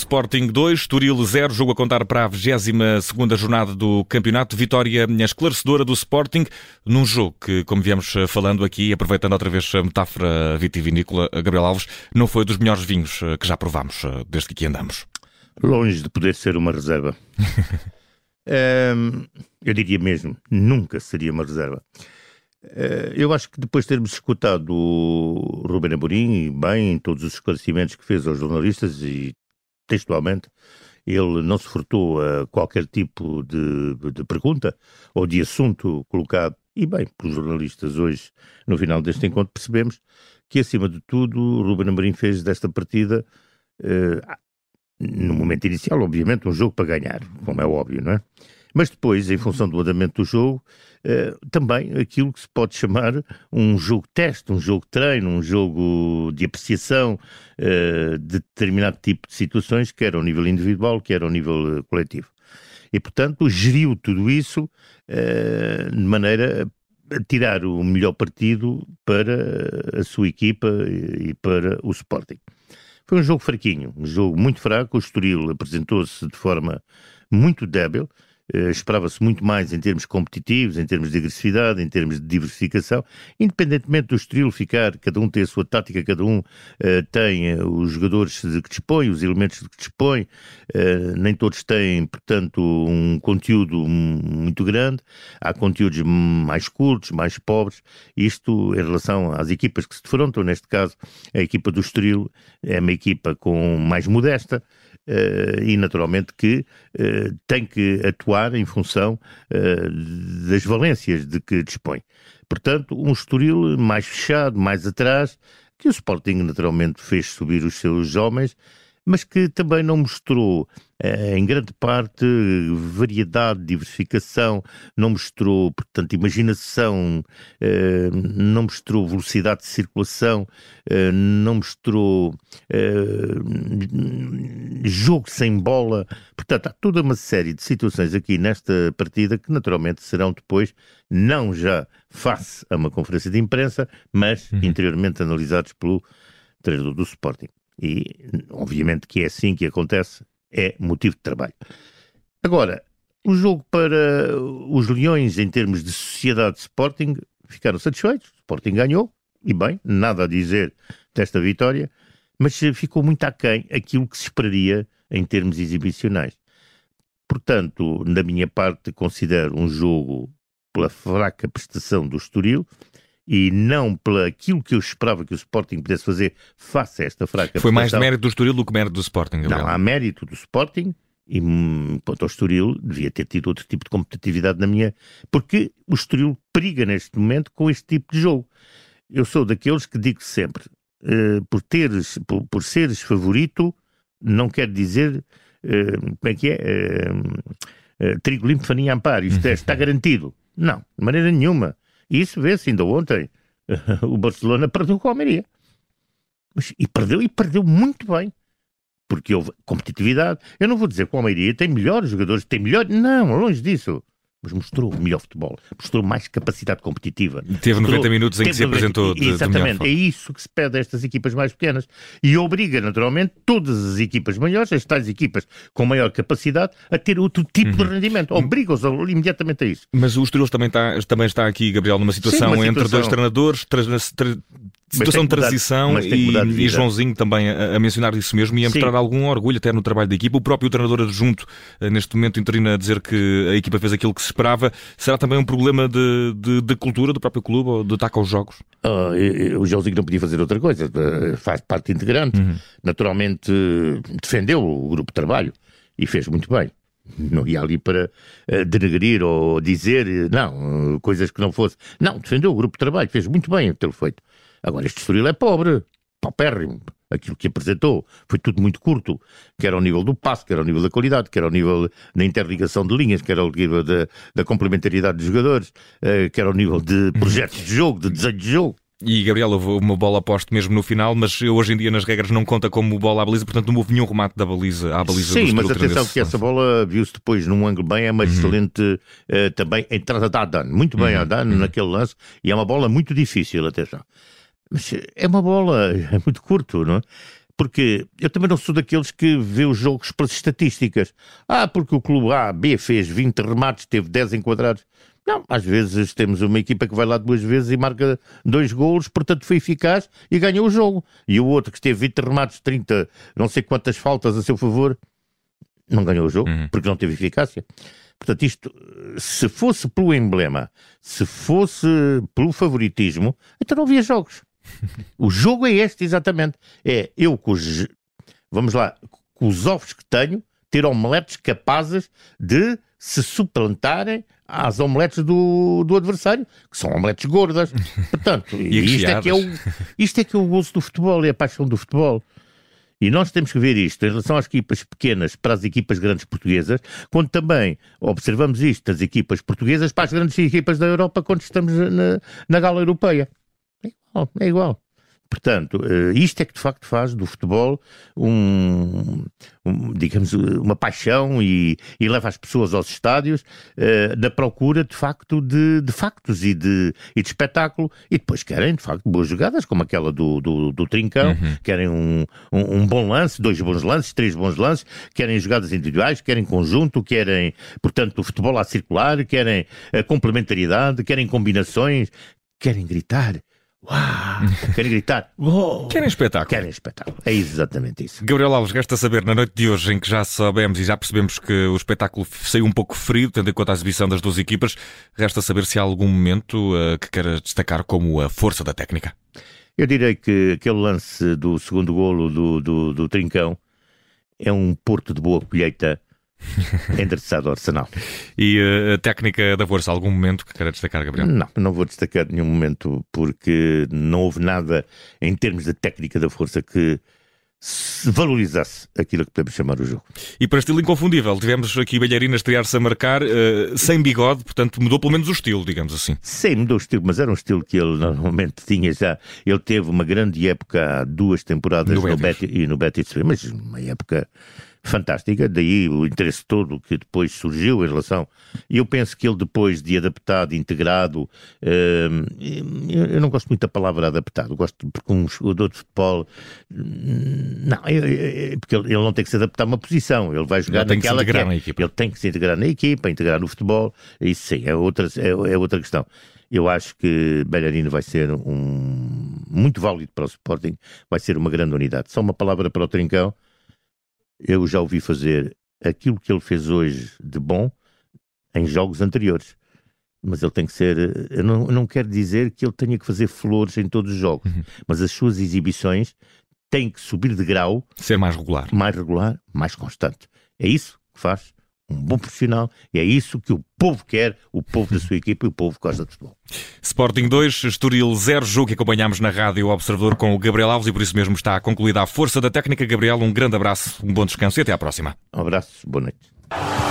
Sporting 2, Estoril 0, jogo a contar para a 22ª jornada do campeonato. Vitória esclarecedora do Sporting, num jogo que, como viemos falando aqui, aproveitando outra vez a metáfora vitivinícola, Gabriel Alves, não foi dos melhores vinhos que já provámos desde que aqui andamos. Longe de poder ser uma reserva. Eu diria mesmo, nunca seria uma reserva. Eu acho que depois de termos escutado o Ruben Amorim, bem, todos os esclarecimentos que fez aos jornalistas, e textualmente ele não se furtou a qualquer tipo de pergunta ou de assunto colocado, e bem, pelos jornalistas hoje, no final deste encontro, percebemos que, acima de tudo, o Ruben Amorim fez desta partida, no momento inicial, obviamente, um jogo para ganhar, como é óbvio, não é? Mas depois, em função do andamento do jogo, também aquilo que se pode chamar um jogo-teste, um jogo-treino, um jogo de apreciação de determinado tipo de situações, quer ao nível individual, quer ao nível coletivo. E, portanto, geriu tudo isso de maneira a tirar o melhor partido para a sua equipa e para o Sporting. Foi um jogo fraquinho, um jogo muito fraco. O Estoril apresentou-se de forma muito débil. Esperava-se muito mais em termos competitivos, em termos de agressividade, em termos de diversificação, independentemente do Estoril ficar, cada um tem a sua tática, cada um tem os jogadores de que dispõe, os elementos de que dispõe, nem todos têm, portanto, um conteúdo muito grande, há conteúdos mais curtos, mais pobres, isto em relação às equipas que se defrontam. Neste caso, a equipa do Estoril é uma equipa mais modesta, e naturalmente que tem que atuar em função das valências de que dispõe. Portanto, um Estoril mais fechado, mais atrás, que o Sporting naturalmente fez subir os seus homens, mas que também não mostrou, em grande parte, variedade, diversificação, não mostrou, portanto, imaginação, não mostrou velocidade de circulação, não mostrou jogo sem bola. Portanto, há toda uma série de situações aqui nesta partida que naturalmente serão depois, não já face a uma conferência de imprensa, mas interiormente analisados pelo treinador do Sporting. E, obviamente, que é assim que acontece, é motivo de trabalho. Agora, o jogo para os Leões, em termos de sociedade de Sporting, ficaram satisfeitos. O Sporting ganhou, e bem, nada a dizer desta vitória, mas ficou muito aquém aquilo que se esperaria em termos exibicionais. Portanto, da minha parte, considero um jogo pela fraca prestação do Estoril, e não pelo aquilo que eu esperava que o Sporting pudesse fazer face a esta fraca Foi prestação. mais mérito do Estoril do que mérito do Sporting, Gabriel. Não, há mérito do Sporting, e quanto ao Estoril, devia ter tido outro tipo de competitividade porque o Estoril periga neste momento com este tipo de jogo. Eu sou daqueles que digo sempre, por seres favorito, não quer dizer, como é que é? Trigo limpo, farinha amparo, isto está garantido. Não, de maneira nenhuma. E isso vê-se. Ainda ontem o Barcelona perdeu com a Almeria. E perdeu muito bem. Porque houve competitividade. Eu não vou dizer que o Almeria tem melhores jogadores, não, longe disso. Mas mostrou melhor futebol, mostrou mais capacidade competitiva. Teve 90 minutos em que se apresentou de exatamente, melhor é isso que se pede a estas equipas mais pequenas. E obriga, naturalmente, todas as equipas maiores, as tais equipas com maior capacidade, a ter outro tipo de rendimento. Obriga-os imediatamente a isso. Mas o Estoril também está aqui, Gabriel, numa situação entre dois treinadores, situação de transição, e Joãozinho também a mencionar isso mesmo e a mostrar algum orgulho até no trabalho da equipa. O próprio treinador adjunto, neste momento interino, a dizer que a equipa fez aquilo que se esperava. Será também um problema de cultura do próprio clube, ou de ataque aos jogos? O Joãozinho não podia fazer outra coisa, faz parte integrante. Naturalmente defendeu o grupo de trabalho e fez muito bem. Não ia ali para denegrir ou dizer, não, coisas que não fosse. Não, defendeu o grupo de trabalho, fez muito bem tê-lo feito. Agora, este Estoril é pobre, paupérrimo. Aquilo que apresentou foi tudo muito curto, quer ao nível do passe, quer ao nível da qualidade, quer ao nível da interligação de linhas, quer ao nível da complementaridade dos jogadores, quer ao nível de projetos de jogo, de desenho de jogo. E, Gabriel, houve uma bola poste mesmo no final, mas hoje em dia nas regras não conta como bola à baliza, portanto não houve nenhum remate à baliza Sim, mas atenção que essa bola viu-se depois num ângulo bem, é uma excelente também entrada de Adan, muito bem Adan naquele lance, e é uma bola muito difícil, atenção. Mas é uma bola, é muito curto, não é? Porque eu também não sou daqueles que vê os jogos pelas estatísticas. Porque o clube A, B fez 20 remates, teve 10 enquadrados. Não, às vezes temos uma equipa que vai lá 2 vezes e marca 2 golos, portanto foi eficaz e ganhou o jogo. E o outro que teve 20 remates, 30, não sei quantas faltas a seu favor, não ganhou o jogo, porque não teve eficácia. Portanto, isto, se fosse pelo emblema, se fosse pelo favoritismo, então não havia jogos. O jogo é este, exatamente. É eu com os, vamos lá, com os ovos que tenho, ter omeletes capazes de se suplantarem às omeletes do adversário, que são omeletes gordas. Portanto, isto é que é o gozo do futebol, é a paixão do futebol. E nós temos que ver isto em relação às equipas pequenas para as equipas grandes portuguesas, quando também observamos isto das equipas portuguesas para as grandes equipas da Europa quando estamos na gala europeia. É igual. Portanto, isto é que de facto faz do futebol digamos, uma paixão e leva as pessoas aos estádios na procura de facto de factos e de espetáculo, e depois querem de facto boas jogadas como aquela do Trincão, querem um bom lance, 2 bons lances, 3 bons lances, querem jogadas individuais, querem conjunto, querem, portanto, o futebol a circular, querem a complementariedade, querem combinações, querem gritar. Uau! Querem gritar. Uou! Querem espetáculo. Querem espetáculo. É exatamente isso. Gabriel Alves, resta saber, na noite de hoje, em que já soubemos e já percebemos que o espetáculo saiu um pouco frio, tendo em conta a exibição das 2 equipas, resta saber se há algum momento que queira destacar como a força da técnica. Eu direi que aquele lance do segundo golo do Trincão é um porto de boa colheita endereçado ao Arsenal. E a técnica da força, algum momento que queira destacar, Gabriel? Não vou destacar nenhum momento, porque não houve nada em termos de técnica da força que valorizasse aquilo que podemos chamar o jogo. E para estilo inconfundível, tivemos aqui Belharina a estrear-se a marcar, sem bigode, portanto mudou pelo menos o estilo, digamos assim. Sim, mudou o estilo, mas era um estilo que ele normalmente tinha já. Ele teve uma grande época há 2 temporadas no Betis, mas uma época fantástica, daí o interesse todo que depois surgiu em relação... E eu penso que ele depois de adaptado, integrado, eu não gosto muito da palavra adaptado, gosto porque um jogador de futebol, não, porque ele não tem que se adaptar a uma posição, ele vai jogar naquela que ele tem que se integrar na equipa, integrar no futebol, isso sim, é outra questão. Eu acho que Belharina vai ser muito válido para o Sporting, vai ser uma grande unidade. Só uma palavra para o Trincão. Eu já ouvi fazer aquilo que ele fez hoje de bom em jogos anteriores. Mas ele tem que ser... Eu não quero dizer que ele tenha que fazer flores em todos os jogos, mas as suas exibições têm que subir de grau. Ser mais regular. Mais regular, mais constante. É isso que faz um bom profissional, e é isso que o povo quer, o povo da sua equipa e o povo que gosta de futebol. Sporting 2, Estoril 0, jogo que acompanhámos na Rádio Observador com o Gabriel Alves, e por isso mesmo está concluída a força da técnica. Gabriel, um grande abraço, um bom descanso e até à próxima. Um abraço, boa noite.